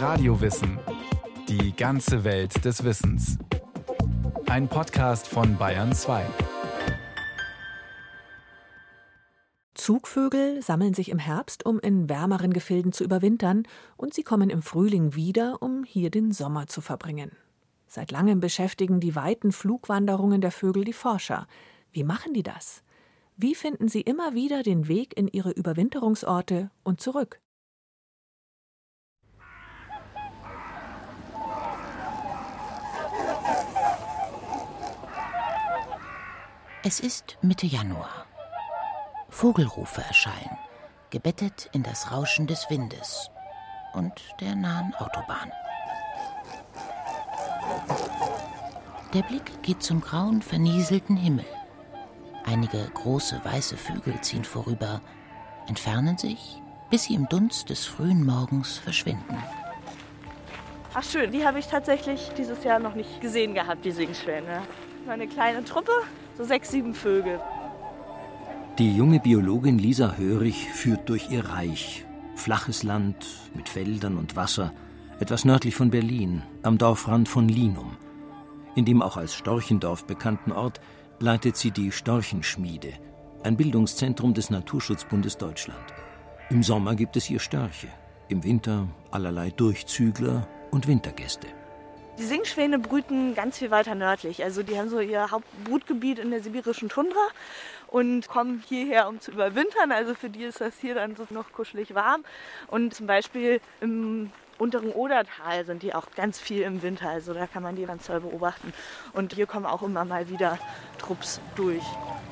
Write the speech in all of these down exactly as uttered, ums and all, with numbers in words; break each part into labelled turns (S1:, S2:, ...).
S1: Radiowissen. Die ganze Welt des Wissens. Ein Podcast von Bayern zwei.
S2: Zugvögel sammeln sich im Herbst, um in wärmeren Gefilden zu überwintern, und sie kommen im Frühling wieder, um hier den Sommer zu verbringen. Seit langem beschäftigen die weiten Flugwanderungen der Vögel die Forscher. Wie machen die das? Wie finden sie immer wieder den Weg in ihre Überwinterungsorte und zurück?
S3: Es ist Mitte Januar. Vogelrufe erschallen, gebettet in das Rauschen des Windes und der nahen Autobahn. Der Blick geht zum grauen, vernieselten Himmel. Einige große, weiße Vögel ziehen vorüber, entfernen sich, bis sie im Dunst des frühen Morgens verschwinden.
S4: Ach schön, die habe ich tatsächlich dieses Jahr noch nicht gesehen gehabt, die Singschwäne. Eine kleine Truppe, so sechs, sieben Vögel.
S5: Die junge Biologin Lisa Hörig führt durch ihr Reich. Flaches Land mit Feldern und Wasser, etwas nördlich von Berlin, am Dorfrand von Linum. In dem auch als Storchendorf bekannten Ort leitet sie die Storchenschmiede, ein Bildungszentrum des Naturschutzbundes Deutschland. Im Sommer gibt es hier Störche, im Winter allerlei Durchzügler und Wintergäste.
S4: Die Singschwäne brüten ganz viel weiter nördlich. Also die haben so ihr Hauptbrutgebiet in der sibirischen Tundra und kommen hierher, um zu überwintern. Also für die ist das hier dann so noch kuschelig warm. Und zum Beispiel im unteren Odertal sind die auch ganz viel im Winter. Also da kann man die ganz toll beobachten. Und hier kommen auch immer mal wieder Trupps durch.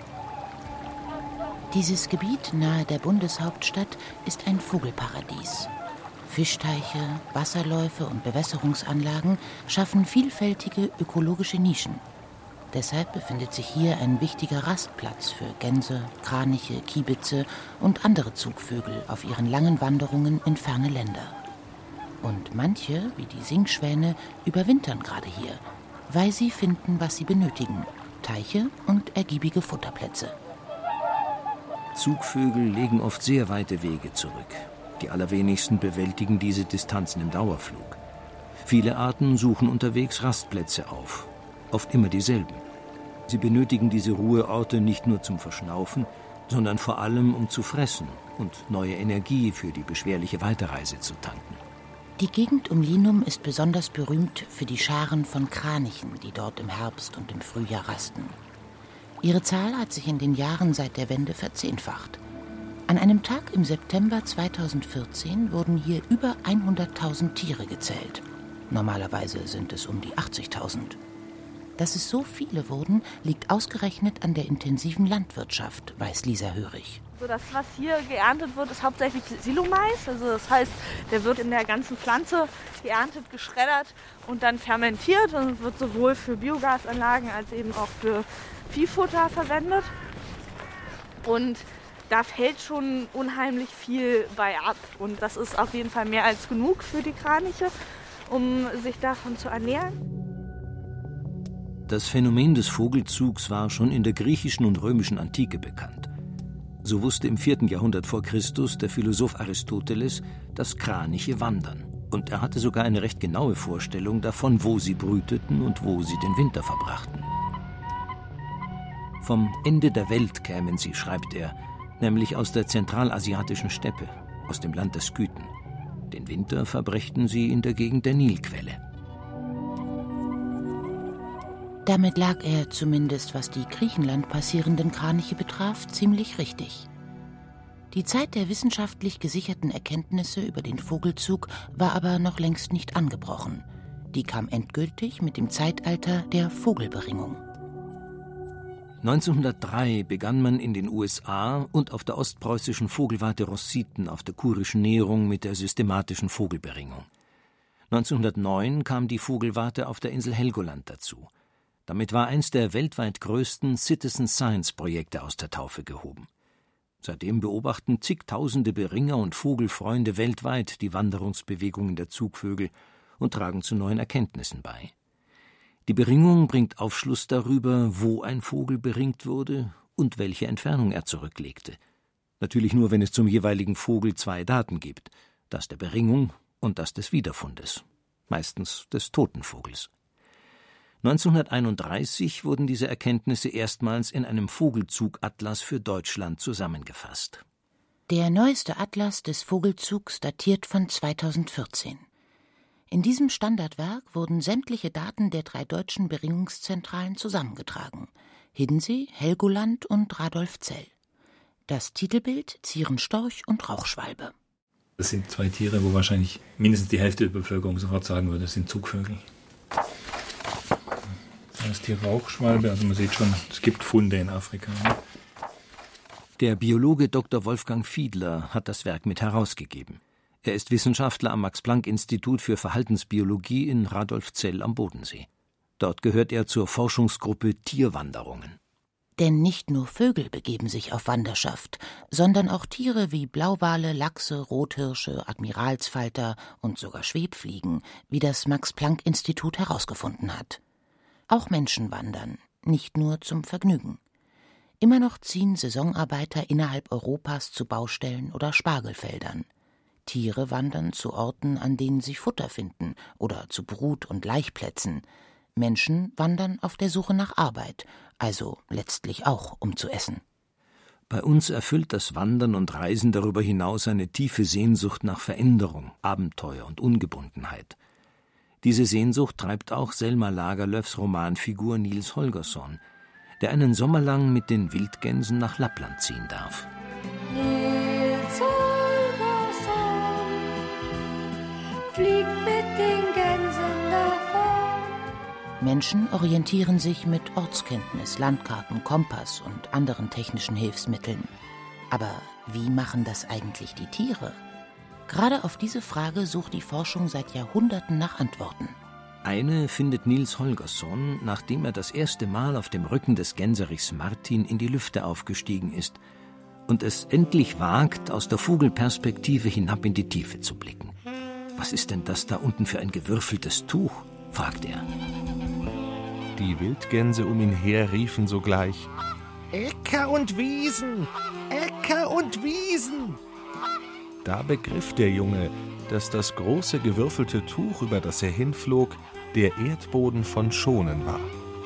S3: Dieses Gebiet nahe der Bundeshauptstadt ist ein Vogelparadies. Fischteiche, Wasserläufe und Bewässerungsanlagen schaffen vielfältige ökologische Nischen. Deshalb befindet sich hier ein wichtiger Rastplatz für Gänse, Kraniche, Kiebitze und andere Zugvögel auf ihren langen Wanderungen in ferne Länder. Und manche, wie die Singschwäne, überwintern gerade hier, weil sie finden, was sie benötigen: Teiche und ergiebige Futterplätze.
S5: Zugvögel legen oft sehr weite Wege zurück. Die allerwenigsten bewältigen diese Distanzen im Dauerflug. Viele Arten suchen unterwegs Rastplätze auf, oft immer dieselben. Sie benötigen diese Ruheorte nicht nur zum Verschnaufen, sondern vor allem, um zu fressen und neue Energie für die beschwerliche Weiterreise zu tanken.
S3: Die Gegend um Linum ist besonders berühmt für die Scharen von Kranichen, die dort im Herbst und im Frühjahr rasten. Ihre Zahl hat sich in den Jahren seit der Wende verzehnfacht. An einem Tag im September zweitausendvierzehn wurden hier über hunderttausend Tiere gezählt. Normalerweise sind es um die achtzigtausend. Dass es so viele wurden, liegt ausgerechnet an der intensiven Landwirtschaft, weiß Lisa Hörig.
S4: So, das, was hier geerntet wird, ist hauptsächlich Silomais. Also das heißt, der wird in der ganzen Pflanze geerntet, geschreddert und dann fermentiert und wird sowohl für Biogasanlagen als eben auch für Viehfutter verwendet. Und da fällt schon unheimlich viel bei ab. Und das ist auf jeden Fall mehr als genug für die Kraniche, um sich davon zu ernähren.
S5: Das Phänomen des Vogelzugs war schon in der griechischen und römischen Antike bekannt. So wusste im vierten Jahrhundert vor Christus der Philosoph Aristoteles, dass Kraniche wandern. Und er hatte sogar eine recht genaue Vorstellung davon, wo sie brüteten und wo sie den Winter verbrachten. Vom Ende der Welt kämen sie, schreibt er, nämlich aus der zentralasiatischen Steppe, aus dem Land der Skythen. Den Winter verbrächten sie in der Gegend der Nilquelle.
S3: Damit lag er, zumindest was die Griechenland passierenden Kraniche betraf, ziemlich richtig. Die Zeit der wissenschaftlich gesicherten Erkenntnisse über den Vogelzug war aber noch längst nicht angebrochen. Die kam endgültig mit dem Zeitalter der Vogelberingung.
S5: neunzehnhundertdrei begann man in den U S A und auf der ostpreußischen Vogelwarte Rossitten auf der Kurischen Näherung mit der systematischen Vogelberingung. neunzehnhundertneun kam die Vogelwarte auf der Insel Helgoland dazu. Damit war eins der weltweit größten Citizen-Science-Projekte aus der Taufe gehoben. Seitdem beobachten zigtausende Beringer und Vogelfreunde weltweit die Wanderungsbewegungen der Zugvögel und tragen zu neuen Erkenntnissen bei. Die Beringung bringt Aufschluss darüber, wo ein Vogel beringt wurde und welche Entfernung er zurücklegte. Natürlich nur, wenn es zum jeweiligen Vogel zwei Daten gibt, das der Beringung und das des Wiederfundes, meistens des toten Vogels. neunzehnhunderteinunddreißig wurden diese Erkenntnisse erstmals in einem Vogelzugatlas für Deutschland zusammengefasst.
S3: Der neueste Atlas des Vogelzugs datiert von zweitausendvierzehn. In diesem Standardwerk wurden sämtliche Daten der drei deutschen Beringungszentralen zusammengetragen: Hiddensee, Helgoland und Radolfzell. Das Titelbild: Zierenstorch und Rauchschwalbe.
S6: Das sind zwei Tiere, wo wahrscheinlich mindestens die Hälfte der Bevölkerung sofort sagen würde, das sind Zugvögel. Das ist die Rauchschwalbe, also man sieht schon, es gibt Funde in Afrika.
S5: Der Biologe Doktor Wolfgang Fiedler hat das Werk mit herausgegeben. Er ist Wissenschaftler am Max-Planck-Institut für Verhaltensbiologie in Radolfzell am Bodensee. Dort gehört er zur Forschungsgruppe Tierwanderungen.
S3: Denn nicht nur Vögel begeben sich auf Wanderschaft, sondern auch Tiere wie Blauwale, Lachse, Rothirsche, Admiralsfalter und sogar Schwebfliegen, wie das Max-Planck-Institut herausgefunden hat. Auch Menschen wandern, nicht nur zum Vergnügen. Immer noch ziehen Saisonarbeiter innerhalb Europas zu Baustellen oder Spargelfeldern. Tiere wandern zu Orten, an denen sie Futter finden, oder zu Brut- und Laichplätzen. Menschen wandern auf der Suche nach Arbeit, also letztlich auch, um zu essen.
S5: Bei uns erfüllt das Wandern und Reisen darüber hinaus eine tiefe Sehnsucht nach Veränderung, Abenteuer und Ungebundenheit. Diese Sehnsucht treibt auch Selma Lagerlöfs Romanfigur Nils Holgersson, der einen Sommer lang mit den Wildgänsen nach Lappland ziehen darf.
S7: Nils Holgersson fliegt mit den Gänsen davon.
S3: Menschen orientieren sich mit Ortskenntnis, Landkarten, Kompass und anderen technischen Hilfsmitteln. Aber wie machen das eigentlich die Tiere? Gerade auf diese Frage sucht die Forschung seit Jahrhunderten nach Antworten.
S5: Eine findet Nils Holgersson, nachdem er das erste Mal auf dem Rücken des Gänserichs Martin in die Lüfte aufgestiegen ist und es endlich wagt, aus der Vogelperspektive hinab in die Tiefe zu blicken. »Was ist denn das da unten für ein gewürfeltes Tuch?« fragt er.
S8: Die Wildgänse um ihn her riefen sogleich: »Äcker und Wiesen! Äcker und Wiesen!« Da begriff der Junge, dass das große gewürfelte Tuch, über das er hinflog, der Erdboden von Schonen war.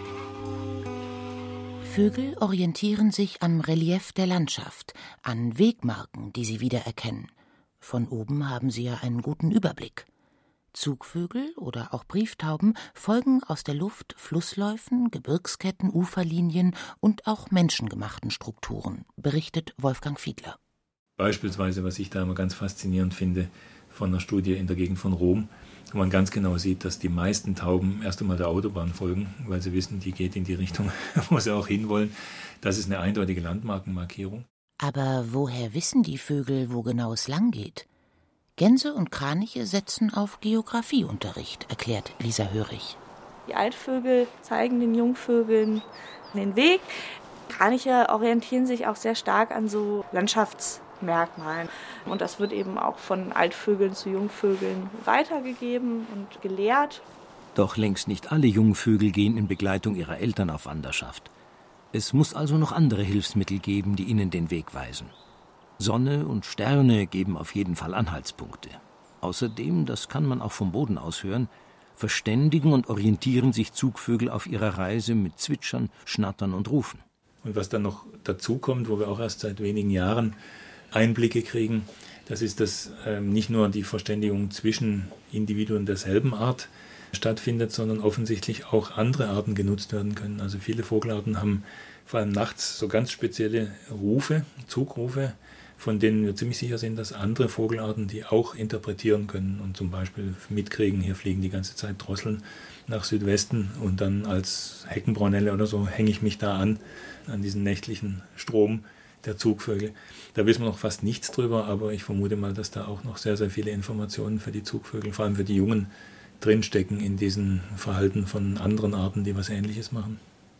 S3: Vögel orientieren sich am Relief der Landschaft, an Wegmarken, die sie wiedererkennen. Von oben haben sie ja einen guten Überblick. Zugvögel oder auch Brieftauben folgen aus der Luft Flussläufen, Gebirgsketten, Uferlinien und auch menschengemachten Strukturen, berichtet Wolfgang Fiedler.
S6: Beispielsweise, was ich da immer ganz faszinierend finde, von einer Studie in der Gegend von Rom, wo man ganz genau sieht, dass die meisten Tauben erst einmal der Autobahn folgen, weil sie wissen, die geht in die Richtung, wo sie auch hinwollen. Das ist eine eindeutige Landmarkenmarkierung.
S3: Aber woher wissen die Vögel, wo genau es lang geht? Gänse und Kraniche setzen auf Geografieunterricht, erklärt Lisa Hörig.
S4: Die Altvögel zeigen den Jungvögeln den Weg. Kraniche orientieren sich auch sehr stark an so Landschaftsmerkmalen. Und das wird eben auch von Altvögeln zu Jungvögeln weitergegeben und gelehrt.
S5: Doch längst nicht alle Jungvögel gehen in Begleitung ihrer Eltern auf Wanderschaft. Es muss also noch andere Hilfsmittel geben, die ihnen den Weg weisen. Sonne und Sterne geben auf jeden Fall Anhaltspunkte. Außerdem, das kann man auch vom Boden aus hören, verständigen und orientieren sich Zugvögel auf ihrer Reise mit Zwitschern, Schnattern und Rufen.
S6: Und was dann noch dazu kommt, wo wir auch erst seit wenigen Jahren Einblicke kriegen, das ist, dass ähm, nicht nur die Verständigung zwischen Individuen derselben Art stattfindet, sondern offensichtlich auch andere Arten genutzt werden können. Also viele Vogelarten haben vor allem nachts so ganz spezielle Rufe, Zugrufe, von denen wir ziemlich sicher sind, dass andere Vogelarten die auch interpretieren können und zum Beispiel mitkriegen, hier fliegen die ganze Zeit Drosseln nach Südwesten und dann als Heckenbraunelle oder so hänge ich mich da an, an diesen nächtlichen Strom der Zugvögel. Da wissen wir noch fast nichts drüber, aber ich vermute mal, dass da auch noch sehr, sehr viele Informationen für die Zugvögel, vor allem für die Jungen, drinstecken in diesen Verhalten von anderen Arten, die was Ähnliches machen.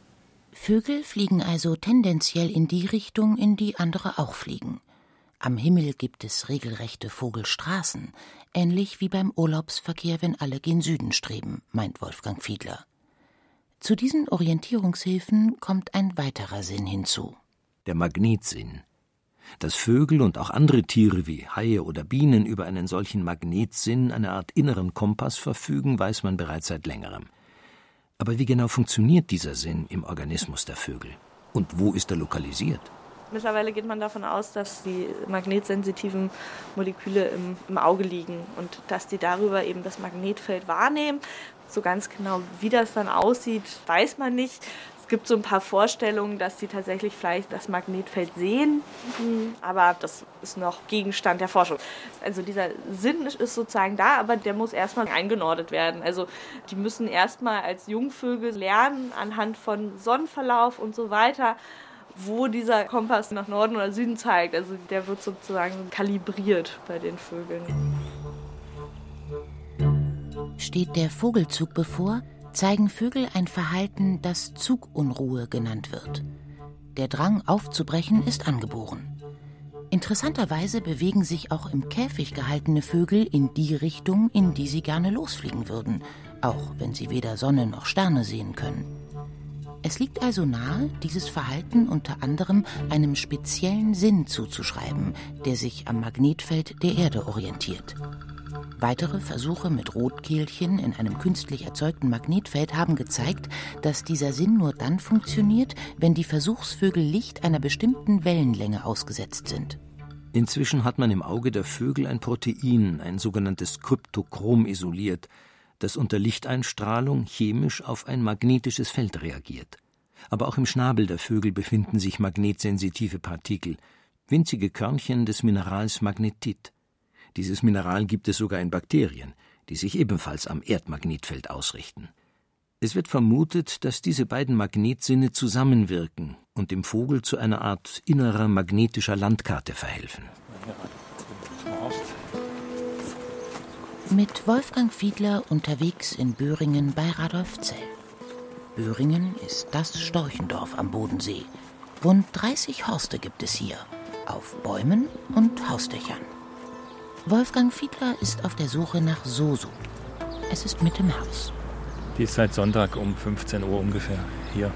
S3: Vögel fliegen also tendenziell in die Richtung, in die andere auch fliegen. Am Himmel gibt es regelrechte Vogelstraßen, ähnlich wie beim Urlaubsverkehr, wenn alle gen Süden streben, meint Wolfgang Fiedler. Zu diesen Orientierungshilfen kommt ein weiterer Sinn hinzu.
S5: Der Magnetsinn. Dass Vögel und auch andere Tiere wie Haie oder Bienen über einen solchen Magnetsinn, eine Art inneren Kompass verfügen, weiß man bereits seit längerem. Aber wie genau funktioniert dieser Sinn im Organismus der Vögel? Und wo ist er lokalisiert?
S4: Mittlerweile geht man davon aus, dass die magnetsensitiven Moleküle im, im Auge liegen und dass die darüber eben das Magnetfeld wahrnehmen. So ganz genau, wie das dann aussieht, weiß man nicht. Es gibt so ein paar Vorstellungen, dass sie tatsächlich vielleicht das Magnetfeld sehen, aber das ist noch Gegenstand der Forschung. Also dieser Sinn ist sozusagen da, aber der muss erstmal eingenordet werden. Also die müssen erstmal als Jungvögel lernen, anhand von Sonnenverlauf und so weiter, wo dieser Kompass nach Norden oder Süden zeigt. Also der wird sozusagen kalibriert bei den Vögeln.
S3: Steht der Vogelzug bevor, zeigen Vögel ein Verhalten, das Zugunruhe genannt wird. Der Drang aufzubrechen ist angeboren. Interessanterweise bewegen sich auch im Käfig gehaltene Vögel in die Richtung, in die sie gerne losfliegen würden, auch wenn sie weder Sonne noch Sterne sehen können. Es liegt also nahe, dieses Verhalten unter anderem einem speziellen Sinn zuzuschreiben, der sich am Magnetfeld der Erde orientiert. Weitere Versuche mit Rotkehlchen in einem künstlich erzeugten Magnetfeld haben gezeigt, dass dieser Sinn nur dann funktioniert, wenn die Versuchsvögel Licht einer bestimmten Wellenlänge ausgesetzt sind.
S5: Inzwischen hat man im Auge der Vögel ein Protein, ein sogenanntes Kryptochrom, isoliert, das unter Lichteinstrahlung chemisch auf ein magnetisches Feld reagiert. Aber auch im Schnabel der Vögel befinden sich magnetsensitive Partikel, winzige Körnchen des Minerals Magnetit. Dieses Mineral gibt es sogar in Bakterien, die sich ebenfalls am Erdmagnetfeld ausrichten. Es wird vermutet, dass diese beiden Magnetsinne zusammenwirken und dem Vogel zu einer Art innerer magnetischer Landkarte verhelfen.
S3: Mit Wolfgang Fiedler unterwegs in Böhringen bei Radolfzell. Böhringen ist das Storchendorf am Bodensee. Rund dreißig Horste gibt es hier, auf Bäumen und Hausdächern. Wolfgang Fiedler ist auf der Suche nach Sosu. Es ist Mitte März.
S6: Die ist seit Sonntag um fünfzehn Uhr ungefähr hier.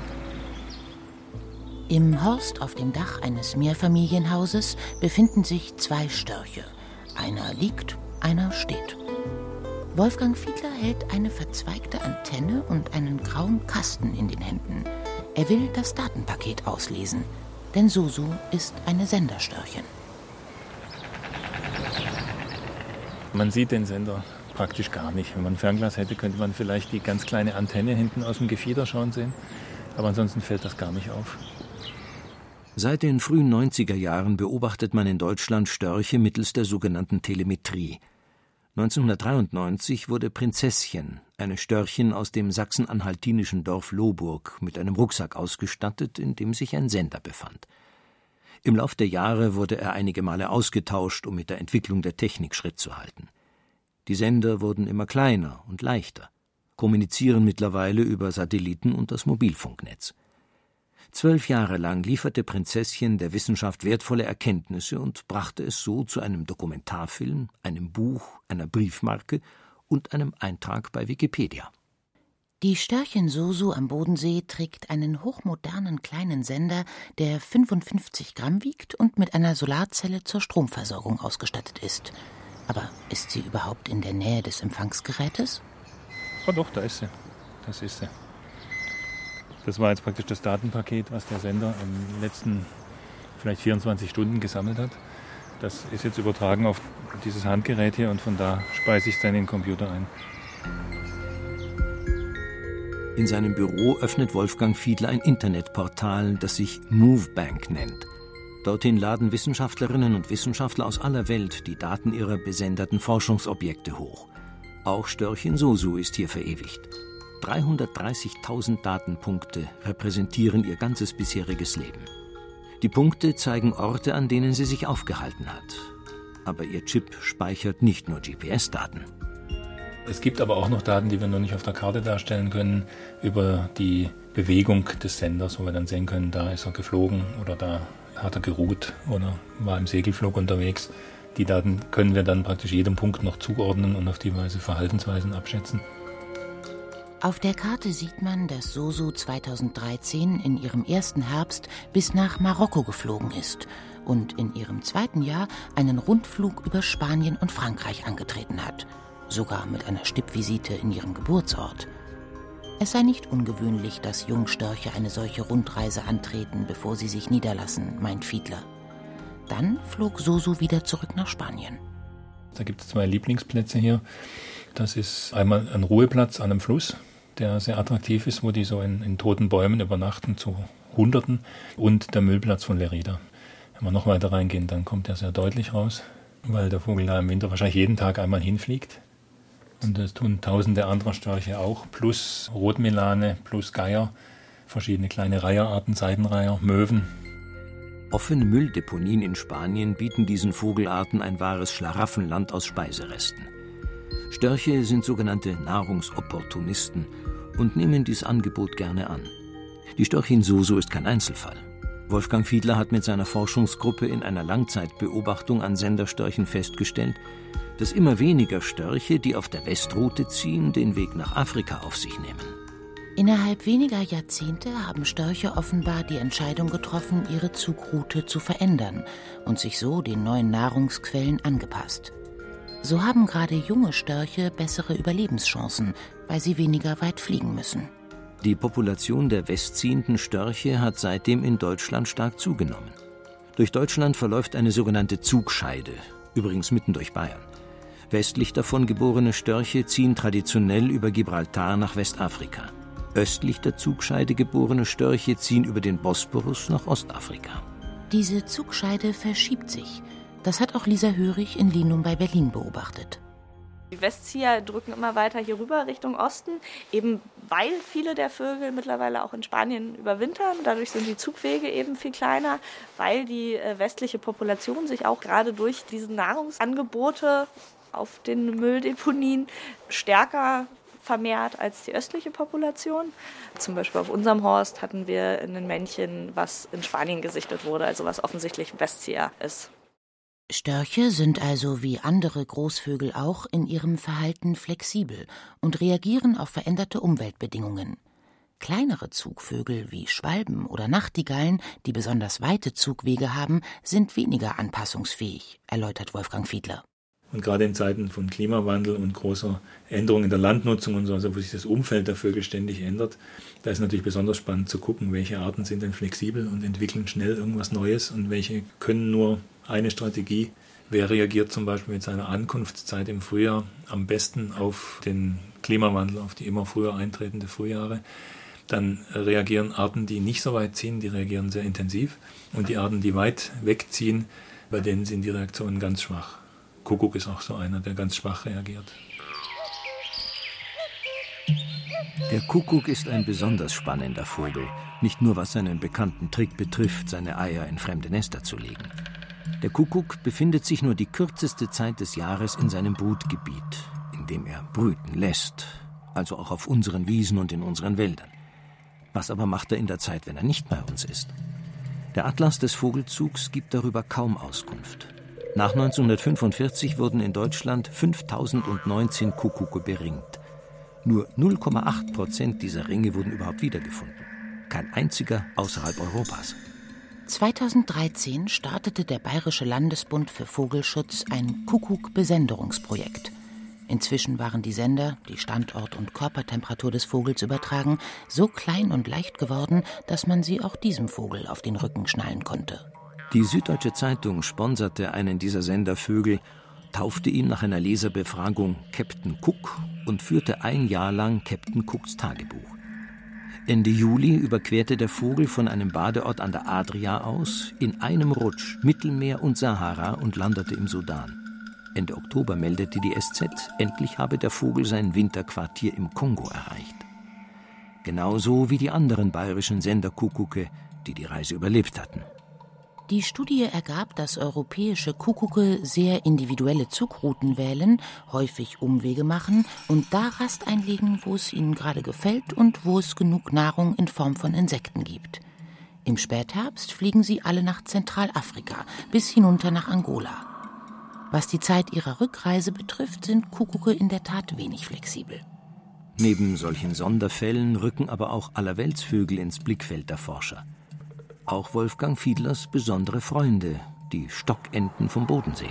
S3: Im Horst auf dem Dach eines Mehrfamilienhauses befinden sich zwei Störche. Einer liegt, einer steht. Wolfgang Fiedler hält eine verzweigte Antenne und einen grauen Kasten in den Händen. Er will das Datenpaket auslesen, denn Sosu ist eine Senderstörchen.
S6: Man sieht den Sender praktisch gar nicht. Wenn man ein Fernglas hätte, könnte man vielleicht die ganz kleine Antenne hinten aus dem Gefieder schauen sehen. Aber ansonsten fällt das gar nicht auf.
S5: Seit den frühen neunziger Jahren beobachtet man in Deutschland Störche mittels der sogenannten Telemetrie. neunzehnhundertdreiundneunzig wurde Prinzesschen, eine Störchen aus dem sachsen-anhaltinischen Dorf Lohburg, mit einem Rucksack ausgestattet, in dem sich ein Sender befand. Im Lauf der Jahre wurde er einige Male ausgetauscht, um mit der Entwicklung der Technik Schritt zu halten. Die Sender wurden immer kleiner und leichter, kommunizieren mittlerweile über Satelliten und das Mobilfunknetz. Zwölf Jahre lang lieferte Prinzesschen der Wissenschaft wertvolle Erkenntnisse und brachte es so zu einem Dokumentarfilm, einem Buch, einer Briefmarke und einem Eintrag bei Wikipedia.
S3: Die Störchen Sosu am Bodensee trägt einen hochmodernen kleinen Sender, der fünfundfünfzig Gramm wiegt und mit einer Solarzelle zur Stromversorgung ausgestattet ist. Aber ist sie überhaupt in der Nähe des Empfangsgerätes?
S6: Oh doch, da ist sie. Das ist sie. Das war jetzt praktisch das Datenpaket, was der Sender in den letzten vielleicht vierundzwanzig Stunden gesammelt hat. Das ist jetzt übertragen auf dieses Handgerät hier und von da speise ich es dann in den Computer ein.
S5: In seinem Büro öffnet Wolfgang Fiedler ein Internetportal, das sich MoveBank nennt. Dorthin laden Wissenschaftlerinnen und Wissenschaftler aus aller Welt die Daten ihrer besenderten Forschungsobjekte hoch. Auch Störchen Sosu ist hier verewigt. dreihundertdreißigtausend Datenpunkte repräsentieren ihr ganzes bisheriges Leben. Die Punkte zeigen Orte, an denen sie sich aufgehalten hat. Aber ihr Chip speichert nicht nur G P S-Daten.
S6: Es gibt aber auch noch Daten, die wir noch nicht auf der Karte darstellen können, über die Bewegung des Senders, wo wir dann sehen können, da ist er geflogen oder da hat er geruht oder war im Segelflug unterwegs. Die Daten können wir dann praktisch jedem Punkt noch zuordnen und auf die Weise Verhaltensweisen abschätzen.
S3: Auf der Karte sieht man, dass Sosu zweitausenddreizehn in ihrem ersten Herbst bis nach Marokko geflogen ist und in ihrem zweiten Jahr einen Rundflug über Spanien und Frankreich angetreten hat, sogar mit einer Stippvisite in ihrem Geburtsort. Es sei nicht ungewöhnlich, dass Jungstörche eine solche Rundreise antreten, bevor sie sich niederlassen, meint Fiedler. Dann flog Soso wieder zurück nach Spanien.
S6: Da gibt es zwei Lieblingsplätze hier. Das ist einmal ein Ruheplatz an einem Fluss, der sehr attraktiv ist, wo die so in, in toten Bäumen übernachten, zu Hunderten, und der Müllplatz von Lerida. Wenn wir noch weiter reingehen, dann kommt er sehr deutlich raus, weil der Vogel da im Winter wahrscheinlich jeden Tag einmal hinfliegt. Und das tun tausende anderer Störche auch, plus Rotmelane, plus Geier, verschiedene kleine Reiherarten, Seidenreiher, Möwen.
S5: Offene Mülldeponien in Spanien bieten diesen Vogelarten ein wahres Schlaraffenland aus Speiseresten. Störche sind sogenannte Nahrungsopportunisten und nehmen dieses Angebot gerne an. Die Störchin Soso ist kein Einzelfall. Wolfgang Fiedler hat mit seiner Forschungsgruppe in einer Langzeitbeobachtung an Senderstörchen festgestellt, dass immer weniger Störche, die auf der Westroute ziehen, den Weg nach Afrika auf sich nehmen.
S3: Innerhalb weniger Jahrzehnte haben Störche offenbar die Entscheidung getroffen, ihre Zugroute zu verändern und sich so den neuen Nahrungsquellen angepasst. So haben gerade junge Störche bessere Überlebenschancen, weil sie weniger weit fliegen müssen.
S5: Die Population der westziehenden Störche hat seitdem in Deutschland stark zugenommen. Durch Deutschland verläuft eine sogenannte Zugscheide, übrigens mitten durch Bayern. Westlich davon geborene Störche ziehen traditionell über Gibraltar nach Westafrika. Östlich der Zugscheide geborene Störche ziehen über den Bosporus nach Ostafrika.
S3: Diese Zugscheide verschiebt sich. Das hat auch Lisa Hörig in Linum bei Berlin beobachtet.
S4: Die Westzieher drücken immer weiter hier rüber Richtung Osten, eben weil viele der Vögel mittlerweile auch in Spanien überwintern. Dadurch sind die Zugwege eben viel kleiner, weil die westliche Population sich auch gerade durch diese Nahrungsangebote auf den Mülldeponien stärker vermehrt als die östliche Population. Zum Beispiel auf unserem Horst hatten wir ein Männchen, was in Spanien gesichtet wurde, also was offensichtlich ein Westzieher ist.
S3: Störche sind also wie andere Großvögel auch in ihrem Verhalten flexibel und reagieren auf veränderte Umweltbedingungen. Kleinere Zugvögel wie Schwalben oder Nachtigallen, die besonders weite Zugwege haben, sind weniger anpassungsfähig, erläutert Wolfgang Fiedler.
S6: Und gerade in Zeiten von Klimawandel und großer Änderungen in der Landnutzung und so, also wo sich das Umfeld der Vögel ständig ändert, da ist natürlich besonders spannend zu gucken, welche Arten sind denn flexibel und entwickeln schnell irgendwas Neues und welche können nur eine Strategie. Wer reagiert zum Beispiel mit seiner Ankunftszeit im Frühjahr am besten auf den Klimawandel, auf die immer früher eintretende Frühjahre? Dann reagieren Arten, die nicht so weit ziehen, die reagieren sehr intensiv. Und die Arten, die weit wegziehen, bei denen sind die Reaktionen ganz schwach. Kuckuck ist auch so einer, der ganz schwach reagiert.
S5: Der Kuckuck ist ein besonders spannender Vogel, nicht nur was seinen bekannten Trick betrifft, seine Eier in fremde Nester zu legen. Der Kuckuck befindet sich nur die kürzeste Zeit des Jahres in seinem Brutgebiet, in dem er brüten lässt, also auch auf unseren Wiesen und in unseren Wäldern. Was aber macht er in der Zeit, wenn er nicht bei uns ist? Der Atlas des Vogelzugs gibt darüber kaum Auskunft. Nach neunzehnhundertfünfundvierzig wurden in Deutschland fünftausendneunzehn Kuckucke beringt. Nur null Komma acht Prozent dieser Ringe wurden überhaupt wiedergefunden. Kein einziger außerhalb Europas.
S3: zweitausenddreizehn startete der Bayerische Landesbund für Vogelschutz ein Kuckuck-Besenderungsprojekt. Inzwischen waren die Sender, die Standort und Körpertemperatur des Vogels übertragen, so klein und leicht geworden, dass man sie auch diesem Vogel auf den Rücken schnallen konnte.
S5: Die Süddeutsche Zeitung sponserte einen dieser Sendervögel, taufte ihn nach einer Leserbefragung Captain Cook und führte ein Jahr lang Captain Cooks Tagebuch. Ende Juli überquerte der Vogel von einem Badeort an der Adria aus in einem Rutsch Mittelmeer und Sahara und landete im Sudan. Ende Oktober meldete die S Z, endlich habe der Vogel sein Winterquartier im Kongo erreicht. Genauso wie die anderen bayerischen Senderkuckucke, die die Reise überlebt hatten.
S3: Die Studie ergab, dass europäische Kuckucke sehr individuelle Zugrouten wählen, häufig Umwege machen und da Rast einlegen, wo es ihnen gerade gefällt und wo es genug Nahrung in Form von Insekten gibt. Im Spätherbst fliegen sie alle nach Zentralafrika, bis hinunter nach Angola. Was die Zeit ihrer Rückreise betrifft, sind Kuckucke in der Tat wenig flexibel.
S5: Neben solchen Sonderfällen rücken aber auch Allerweltsvögel ins Blickfeld der Forscher. Auch Wolfgang Fiedlers besondere Freunde, die Stockenten vom Bodensee.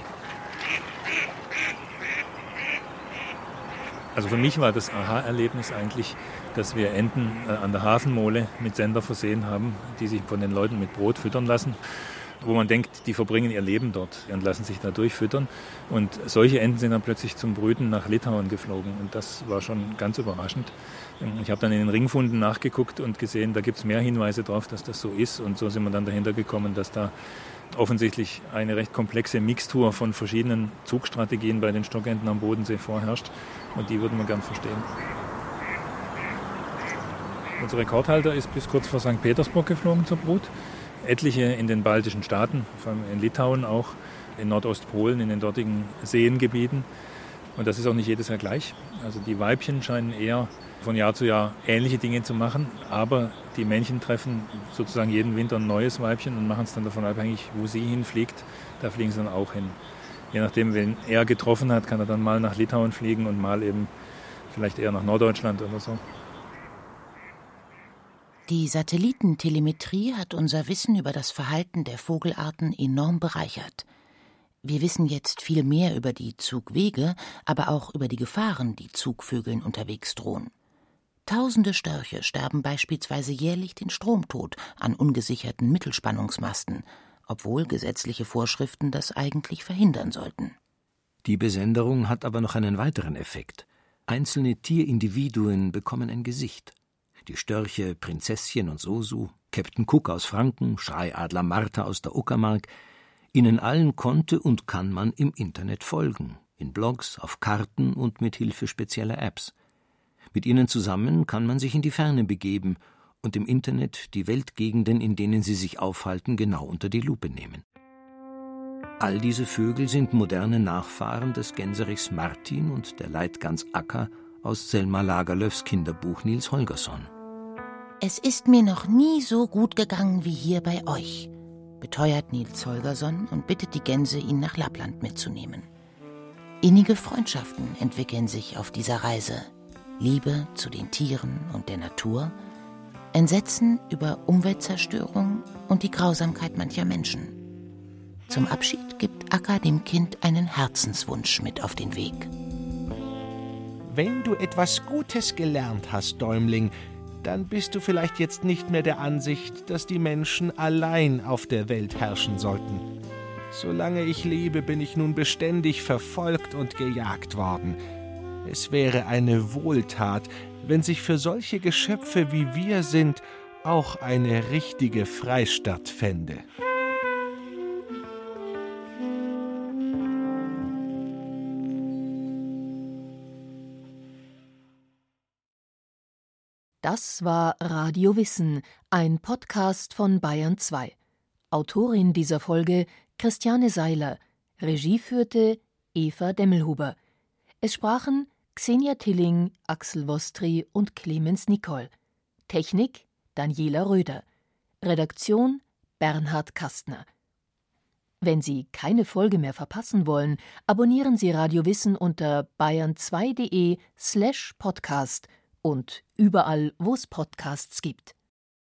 S6: Also für mich war das Aha-Erlebnis eigentlich, dass wir Enten an der Hafenmole mit Sender versehen haben, die sich von den Leuten mit Brot füttern lassen, wo man denkt, die verbringen ihr Leben dort und lassen sich da durchfüttern. Und solche Enten sind dann plötzlich zum Brüten nach Litauen geflogen und das war schon ganz überraschend. Ich habe dann in den Ringfunden nachgeguckt und gesehen, da gibt es mehr Hinweise darauf, dass das so ist und so sind wir dann dahinter gekommen, dass da offensichtlich eine recht komplexe Mixtur von verschiedenen Zugstrategien bei den Stockenten am Bodensee vorherrscht und die würden wir gern verstehen. Unser Rekordhalter ist bis kurz vor Sankt Petersburg geflogen zur Brut. Etliche in den baltischen Staaten, vor allem in Litauen auch, in Nordostpolen, in den dortigen Seengebieten. Und das ist auch nicht jedes Jahr gleich. Also die Weibchen scheinen eher von Jahr zu Jahr ähnliche Dinge zu machen, aber die Männchen treffen sozusagen jeden Winter ein neues Weibchen und machen es dann davon abhängig, wo sie hinfliegt, da fliegen sie dann auch hin. Je nachdem, wen er getroffen hat, kann er dann mal nach Litauen fliegen und mal eben vielleicht eher nach Norddeutschland oder so.
S3: Die Satellitentelemetrie hat unser Wissen über das Verhalten der Vogelarten enorm bereichert. Wir wissen jetzt viel mehr über die Zugwege, aber auch über die Gefahren, die Zugvögeln unterwegs drohen. Tausende Störche sterben beispielsweise jährlich den Stromtod an ungesicherten Mittelspannungsmasten, obwohl gesetzliche Vorschriften das eigentlich verhindern sollten.
S5: Die Besenderung hat aber noch einen weiteren Effekt. Einzelne Tierindividuen bekommen ein Gesicht. Die Störche Prinzesschen und Sosu, Captain Cook aus Franken, Schreiadler Martha aus der Uckermark, ihnen allen konnte und kann man im Internet folgen, in Blogs, auf Karten und mit Hilfe spezieller Apps. Mit ihnen zusammen kann man sich in die Ferne begeben und im Internet die Weltgegenden, in denen sie sich aufhalten, genau unter die Lupe nehmen. All diese Vögel sind moderne Nachfahren des Gänserichs Martin und der Leitgans Akka aus Selma Lagerlöfs Kinderbuch Nils Holgersson.
S3: Es ist mir noch nie so gut gegangen wie hier bei euch, beteuert Nils Holgersson und bittet die Gänse, ihn nach Lappland mitzunehmen. Innige Freundschaften entwickeln sich auf dieser Reise. Liebe zu den Tieren und der Natur, Entsetzen über Umweltzerstörung und die Grausamkeit mancher Menschen. Zum Abschied gibt Akka dem Kind einen Herzenswunsch mit auf den Weg.
S8: Wenn du etwas Gutes gelernt hast, Däumling, dann bist du vielleicht jetzt nicht mehr der Ansicht, dass die Menschen allein auf der Welt herrschen sollten. Solange ich lebe, bin ich nun beständig verfolgt und gejagt worden. Es wäre eine Wohltat, wenn sich für solche Geschöpfe wie wir sind auch eine richtige Freistatt fände.
S2: Das war Radio Wissen, ein Podcast von Bayern zwei. Autorin dieser Folge Christiane Seiler, Regie führte Eva Demmelhuber. Es sprachen Xenia Tilling, Axel Wostri und Clemens Nicol. Technik Daniela Röder. Redaktion Bernhard Kastner. Wenn Sie keine Folge mehr verpassen wollen, abonnieren Sie Radio Wissen unter bayern zwei punkt de slash podcast und überall, wo es Podcasts gibt.